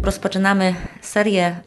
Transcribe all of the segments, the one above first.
Rozpoczynamy serię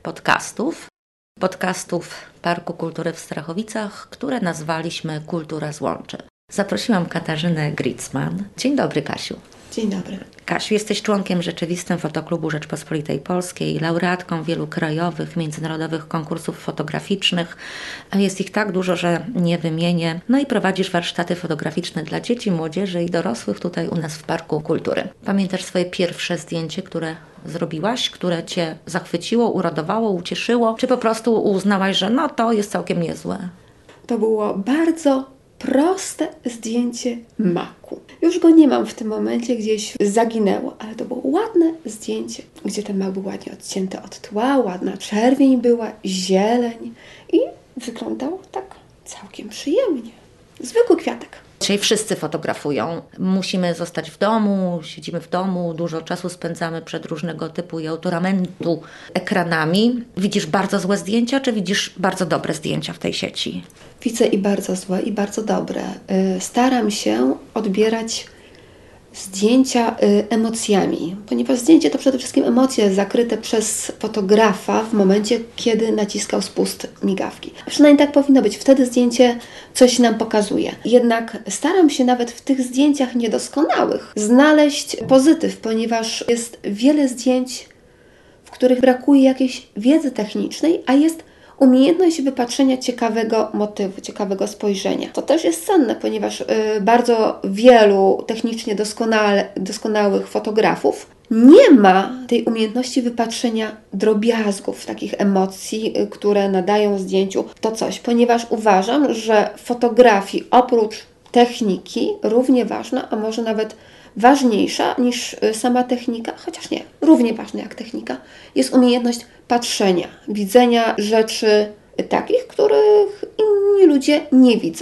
podcastów Parku Kultury w Strachowicach, które nazwaliśmy Kultura złączy. Zaprosiłam Katarzynę Gritzman. Dzień dobry, Kasiu. Dzień dobry. Kasiu, jesteś członkiem rzeczywistym Fotoklubu Rzeczpospolitej Polskiej, laureatką wielu krajowych, międzynarodowych konkursów fotograficznych. Jest ich tak dużo, że nie wymienię. No i prowadzisz warsztaty fotograficzne dla dzieci, młodzieży i dorosłych tutaj u nas w Parku Kultury. Pamiętasz swoje pierwsze zdjęcie, które zrobiłaś, które Cię zachwyciło, uradowało, ucieszyło? Czy po prostu uznałaś, że no to jest całkiem niezłe? To było bardzo proste zdjęcie maku. Już go nie mam w tym momencie, gdzieś zaginęło, ale to było ładne zdjęcie, gdzie ten mak był ładnie odcięty od tła, ładna czerwień była, zieleń i wyglądał tak całkiem przyjemnie. Zwykły kwiatek. Dzisiaj wszyscy fotografują. Musimy zostać w domu, siedzimy w domu, dużo czasu spędzamy przed różnego typu i autoramentu ekranami. Widzisz bardzo złe zdjęcia, czy widzisz bardzo dobre zdjęcia w tej sieci? Widzę i bardzo złe, i bardzo dobre. Staram się odbierać zdjęcia emocjami, ponieważ zdjęcie to przede wszystkim emocje zakryte przez fotografa w momencie, kiedy naciskał spust migawki. Przynajmniej tak powinno być. Wtedy zdjęcie coś nam pokazuje. Jednak staram się nawet w tych zdjęciach niedoskonałych znaleźć pozytyw, ponieważ jest wiele zdjęć, w których brakuje jakiejś wiedzy technicznej, a jest umiejętność wypatrzenia ciekawego motywu, ciekawego spojrzenia. To też jest cenne, ponieważ bardzo wielu technicznie doskonałych fotografów nie ma tej umiejętności wypatrzenia drobiazgów, takich emocji, które nadają zdjęciu to coś, ponieważ uważam, że w fotografii oprócz techniki równie ważna, a może nawet ważniejsza niż sama technika, chociaż nie, równie ważna jak technika, jest umiejętność patrzenia, widzenia rzeczy takich, których inni ludzie nie widzą.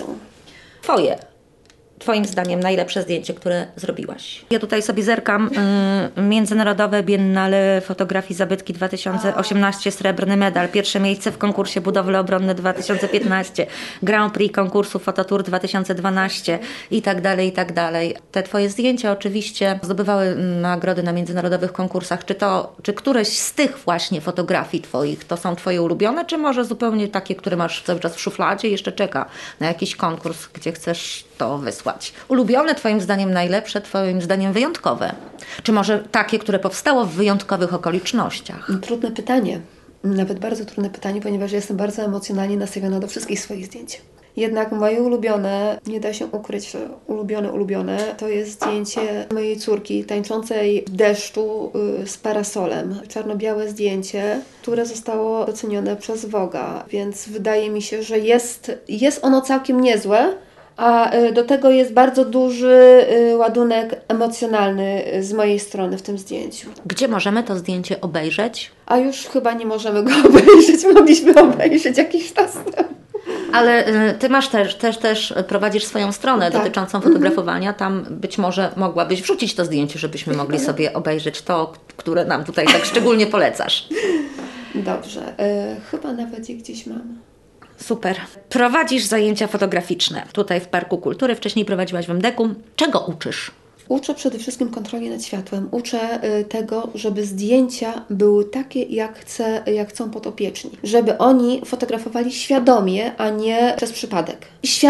Twoim zdaniem najlepsze zdjęcie, które zrobiłaś? Ja tutaj sobie zerkam. Międzynarodowe Biennale Fotografii Zabytki 2018, srebrny medal, pierwsze miejsce w konkursie Budowle Obronne 2015, Grand Prix konkursu Fototour 2012 i tak dalej, i tak dalej. Te Twoje zdjęcia oczywiście zdobywały nagrody na międzynarodowych konkursach. Czy któreś z tych właśnie fotografii Twoich to są Twoje ulubione, czy może zupełnie takie, które masz cały czas w szufladzie i jeszcze czeka na jakiś konkurs, gdzie chcesz to wysłać? Ulubione, Twoim zdaniem najlepsze, Twoim zdaniem wyjątkowe? Czy może takie, które powstało w wyjątkowych okolicznościach? Trudne pytanie. Nawet bardzo trudne pytanie, ponieważ jestem bardzo emocjonalnie nastawiona do wszystkich swoich zdjęć. Jednak moje ulubione, nie da się ukryć, że ulubione, to jest zdjęcie mojej córki tańczącej w deszczu z parasolem. Czarno-białe zdjęcie, które zostało docenione przez Vogue'a, więc wydaje mi się, że jest ono całkiem niezłe, a do tego jest bardzo duży ładunek emocjonalny z mojej strony w tym zdjęciu. Gdzie możemy to zdjęcie obejrzeć? A już chyba nie możemy go obejrzeć, mogliśmy obejrzeć jakiś czas temu. Ale Ty masz też prowadzisz swoją stronę dotyczącą fotografowania. Tam być może mogłabyś wrzucić to zdjęcie, żebyśmy mogli sobie obejrzeć to, które nam tutaj tak szczególnie polecasz. Dobrze, chyba nawet je gdzieś mam. Super. Prowadzisz zajęcia fotograficzne tutaj w Parku Kultury. Wcześniej prowadziłaś w MDK-u. Czego uczysz? Uczę przede wszystkim kontroli nad światłem. Uczę tego, żeby zdjęcia były takie, jak chcą podopieczni. Żeby oni fotografowali świadomie, a nie przez przypadek.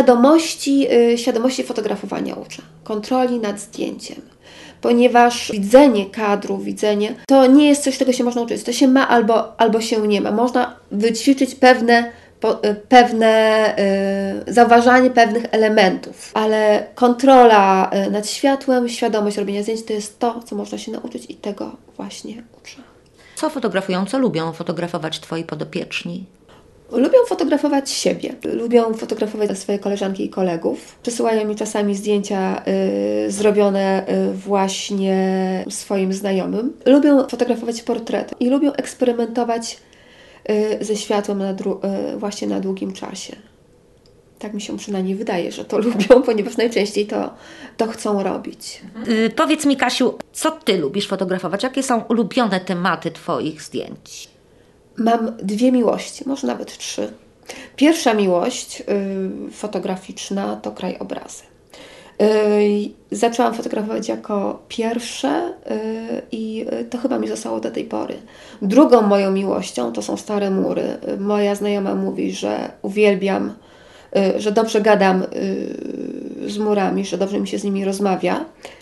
Świadomości fotografowania uczę. Kontroli nad zdjęciem. Ponieważ widzenie kadru, to nie jest coś, czego się można uczyć. To się ma albo się nie ma. Można wyćwiczyć zauważanie pewnych elementów, ale kontrola nad światłem, świadomość robienia zdjęć to jest to, co można się nauczyć i tego właśnie uczę. Co lubią fotografować Twoi podopieczni? Lubią fotografować siebie, lubią fotografować swoje koleżanki i kolegów. Przesyłają mi czasami zdjęcia zrobione właśnie swoim znajomym. Lubią fotografować portrety i lubią eksperymentować ze światłem właśnie na długim czasie. Tak mi się przynajmniej wydaje, że to lubią, ponieważ najczęściej to chcą robić. Powiedz mi, Kasiu, co Ty lubisz fotografować? Jakie są ulubione tematy Twoich zdjęć? Mam 2 miłości, może nawet 3. Pierwsza miłość fotograficzna to krajobrazy. Zaczęłam fotografować jako pierwsze i to chyba mi zostało do tej pory. Drugą moją miłością to są stare mury. Moja znajoma mówi, że uwielbiam, że dobrze gadam z murami, że dobrze mi się z nimi rozmawia.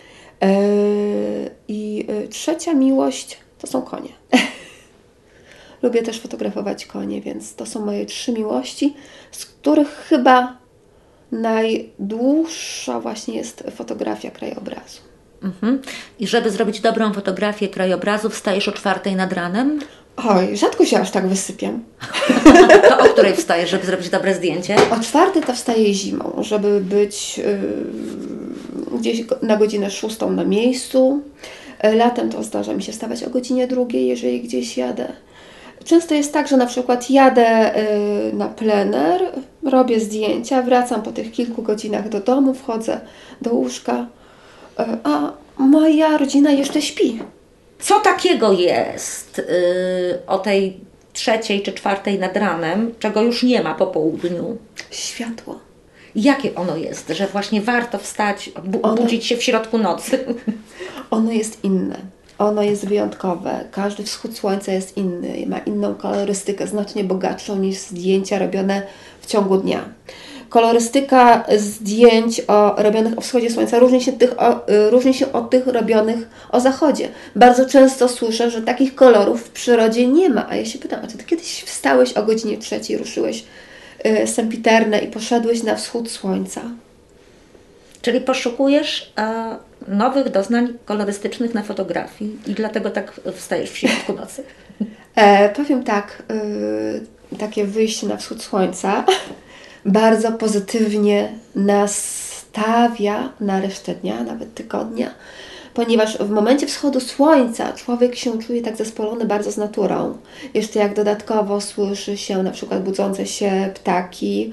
I trzecia miłość to są konie. Lubię też fotografować konie, więc to są moje 3 miłości, z których chyba najdłuższa właśnie jest fotografia krajobrazu. I żeby zrobić dobrą fotografię krajobrazu, wstajesz o 4:00 nad ranem? Oj, rzadko się aż tak wysypiam. To o której wstajesz, żeby zrobić dobre zdjęcie? O 4:00 to wstaję zimą, żeby być gdzieś na godzinę 6 na miejscu. Latem to zdarza mi się wstawać o godzinie 2, jeżeli gdzieś jadę. Często jest tak, że na przykład jadę na plener, robię zdjęcia, wracam po tych kilku godzinach do domu, wchodzę do łóżka, a moja rodzina jeszcze śpi. Co takiego jest o tej 3:00 czy 4:00 nad ranem, czego już nie ma po południu? Światło. Jakie ono jest, że właśnie warto wstać, budzić się w środku nocy? Ono jest inne. Ono jest wyjątkowe. Każdy wschód słońca jest inny. Ma inną kolorystykę, znacznie bogatszą niż zdjęcia robione w ciągu dnia. Kolorystyka zdjęć robionych o wschodzie słońca różni się od tych robionych o zachodzie. Bardzo często słyszę, że takich kolorów w przyrodzie nie ma. A ja się pytam, a czy ty kiedyś wstałeś o godzinie 3:00, ruszyłeś sempiternę i poszedłeś na wschód słońca? Czyli poszukujesz nowych doznań kolorystycznych na fotografii i dlatego tak wstajesz w środku nocy. Powiem tak, takie wyjście na wschód słońca bardzo pozytywnie nastawia na resztę dnia, nawet tygodnia, ponieważ w momencie wschodu słońca człowiek się czuje tak zespolony bardzo z naturą. Jeszcze jak dodatkowo słyszy się na przykład budzące się ptaki.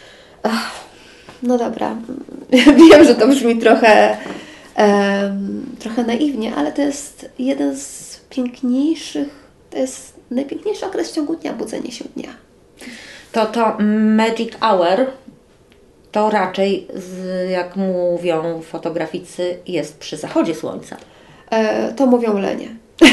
No dobra, wiem, że to brzmi trochę naiwnie, ale to jest jeden z piękniejszych, to jest najpiękniejszy okres w ciągu dnia, budzenie się dnia. To magic hour to raczej, jak mówią fotograficy, jest przy zachodzie słońca. To mówią lenie.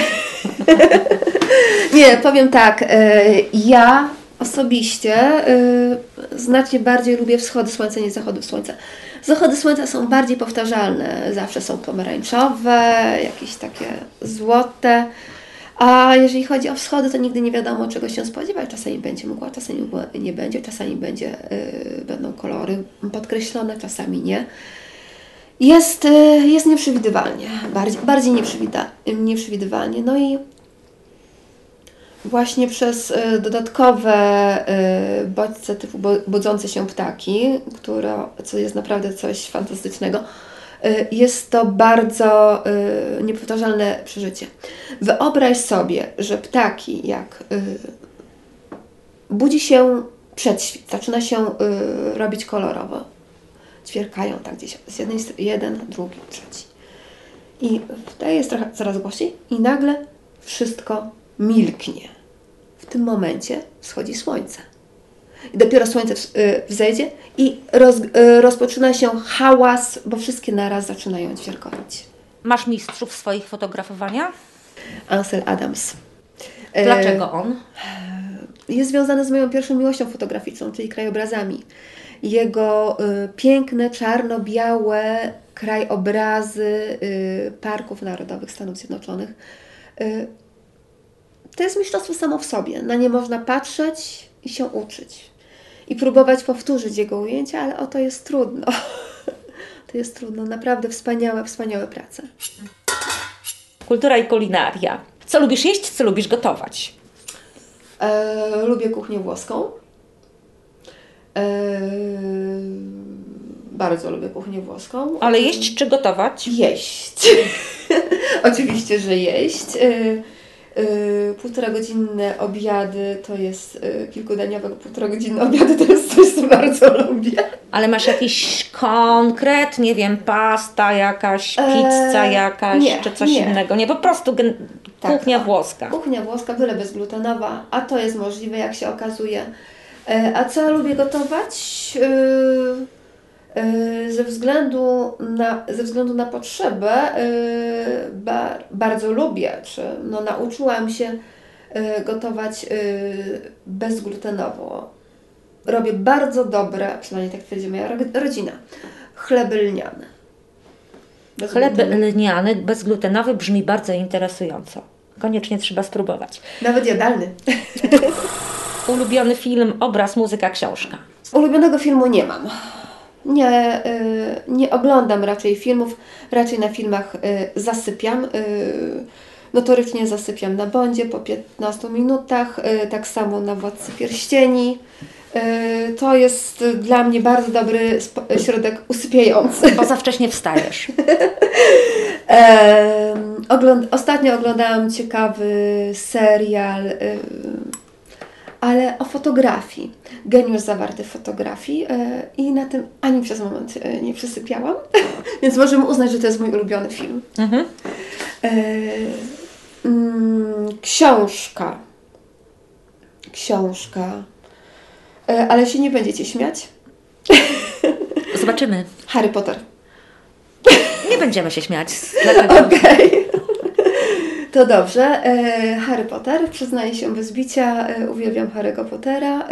Nie, powiem tak, ja osobiście znacznie bardziej lubię wschody słońca niż zachody słońca. Zachody słońca są bardziej powtarzalne, zawsze są pomarańczowe, jakieś takie złote, a jeżeli chodzi o wschody, to nigdy nie wiadomo, czego się spodziewać. Czasami będzie mgła, czasami nie będzie, czasami będą kolory podkreślone, czasami nie. Jest nieprzewidywalnie, bardziej nieprzewidywalnie. No i właśnie przez dodatkowe bodźce typu budzące się ptaki, co jest naprawdę coś fantastycznego, jest to bardzo niepowtarzalne przeżycie. Wyobraź sobie, że ptaki jak budzi się przedświt, zaczyna się robić kolorowo. Ćwierkają tak gdzieś z jednej strony, jeden, drugi, trzeci. I wtedy jest trochę coraz głośniej i nagle wszystko milknie. W tym momencie wschodzi słońce. I dopiero słońce wzejdzie i rozpoczyna się hałas, bo wszystkie naraz zaczynają ćwierkować. Masz mistrzów swoich fotografowania? Ansel Adams. Dlaczego on? Jest związany z moją pierwszą miłością fotograficzną, czyli krajobrazami. Jego piękne, czarno-białe krajobrazy parków narodowych Stanów Zjednoczonych. To jest mistrzostwo samo w sobie. Na nie można patrzeć i się uczyć. I próbować powtórzyć jego ujęcia, ale to jest trudno. To jest trudno. Naprawdę wspaniałe prace. Kultura i kulinaria. Co lubisz jeść, co lubisz gotować? Lubię kuchnię włoską. Bardzo lubię kuchnię włoską. Ale jeść czy gotować? Jeść. Oczywiście, że jeść. 1,5-godzinne obiady to jest kilkudaniowe 1,5-godzinne obiady to jest coś, co bardzo lubię. Ale masz jakiś konkret, nie wiem, pasta jakaś, pizza jakaś, czy coś innego? Nie, po prostu kuchnia włoska. Kuchnia włoska, byle bezglutenowa, a to jest możliwe, jak się okazuje. A co lubię gotować? Ze względu na potrzebę bardzo lubię, czy nauczyłam się gotować bezglutenowo. Robię bardzo dobre, przynajmniej tak twierdzi moja rodzina, chleby lniane. Chleb lniany, bezglutenowy brzmi bardzo interesująco. Koniecznie trzeba spróbować. Nawet jadalny. Ulubiony film, obraz, muzyka, książka. Ulubionego filmu nie mam. Nie oglądam raczej filmów, raczej na filmach zasypiam. Notorycznie zasypiam na Bondzie po 15 minutach, tak samo na Władcy Pierścieni. To jest dla mnie bardzo dobry środek usypiający. Bo za wcześnie wstajesz. Ostatnio oglądałam ciekawy serial, ale o fotografii. Geniusz zawarty w fotografii i na tym ani przez moment nie przysypiałam, więc możemy uznać, że to jest mój ulubiony film. Mhm. Książka. Ale się nie będziecie śmiać. Zobaczymy. Harry Potter. Nie będziemy się śmiać. Okej. To dobrze. Harry Potter. Przyznaję się bez bicia. Uwielbiam Harry'ego Pottera.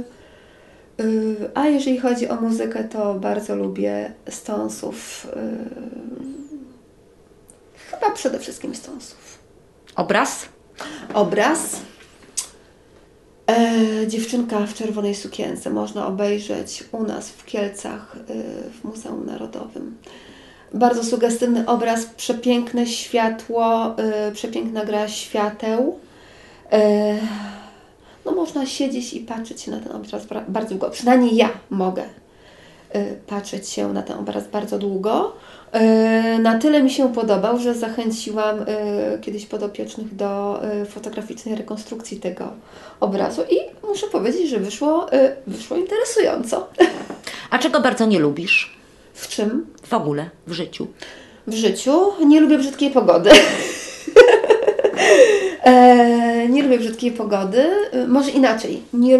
A jeżeli chodzi o muzykę, to bardzo lubię Stonesów. Chyba przede wszystkim Stonesów. Obraz. Dziewczynka w czerwonej sukience. Można obejrzeć u nas w Kielcach w Muzeum Narodowym. Bardzo sugestywny obraz, przepiękne światło, przepiękna gra świateł. Można siedzieć i patrzeć się na ten obraz bardzo długo. Przynajmniej ja mogę patrzeć się na ten obraz bardzo długo. Na tyle mi się podobał, że zachęciłam kiedyś podopiecznych do fotograficznej rekonstrukcji tego obrazu i muszę powiedzieć, że wyszło interesująco. A czego bardzo nie lubisz? W czym? W ogóle, w życiu. W życiu nie lubię brzydkiej pogody. Nie lubię brzydkiej pogody. Może inaczej. Nie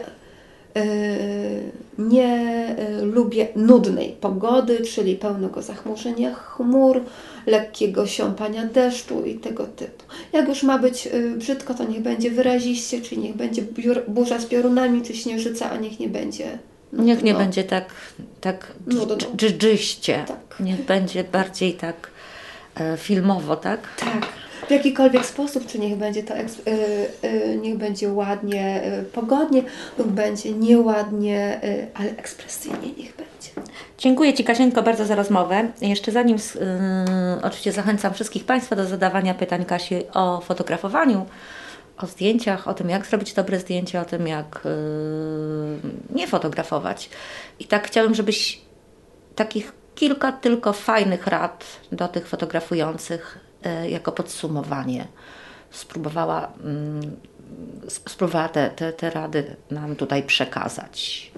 lubię nudnej pogody, czyli pełnego zachmurzenia chmur, lekkiego siąpania deszczu i tego typu. Jak już ma być brzydko, to niech będzie wyraziście, czyli niech będzie burza z piorunami, czy śnieżyca, a niech nie będzie nudno. Niech nie będzie tak dżdżyście. Tak. Niech będzie bardziej tak filmowo, tak? Tak. W jakikolwiek sposób, czy niech będzie to niech będzie ładnie, pogodnie lub będzie nieładnie, ale ekspresyjnie niech będzie. Dziękuję Ci, Kasieńko, bardzo za rozmowę. Jeszcze zanim oczywiście zachęcam wszystkich Państwa do zadawania pytań Kasi o fotografowaniu, o zdjęciach, o tym, jak zrobić dobre zdjęcia, o tym, jak nie fotografować. I tak chciałabym, żebyś takich kilka tylko fajnych rad do tych fotografujących jako podsumowanie spróbowała te rady nam tutaj przekazać.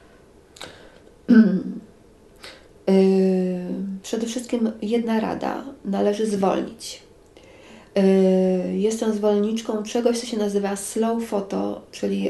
Przede wszystkim jedna rada. Należy zwolnić. Jestem zwolenniczką czegoś, co się nazywa slow photo, czyli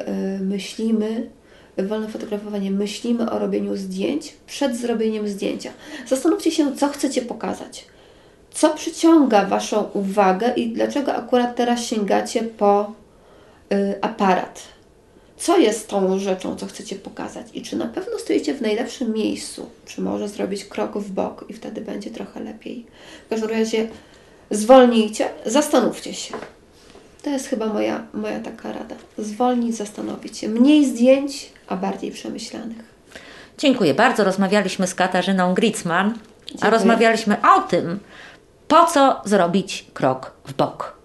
wolne fotografowanie. Myślimy o robieniu zdjęć przed zrobieniem zdjęcia. Zastanówcie się, co chcecie pokazać. Co przyciąga Waszą uwagę i dlaczego akurat teraz sięgacie po aparat? Co jest tą rzeczą, co chcecie pokazać? I czy na pewno stoicie w najlepszym miejscu? Czy może zrobić krok w bok i wtedy będzie trochę lepiej? W każdym razie zwolnijcie, zastanówcie się. To jest chyba moja taka rada. Zwolnić, zastanowić się. Mniej zdjęć, a bardziej przemyślanych. Dziękuję bardzo. Rozmawialiśmy z Katarzyną Gritzman, Dziękuję. a rozmawialiśmy o tym, po co zrobić krok w bok.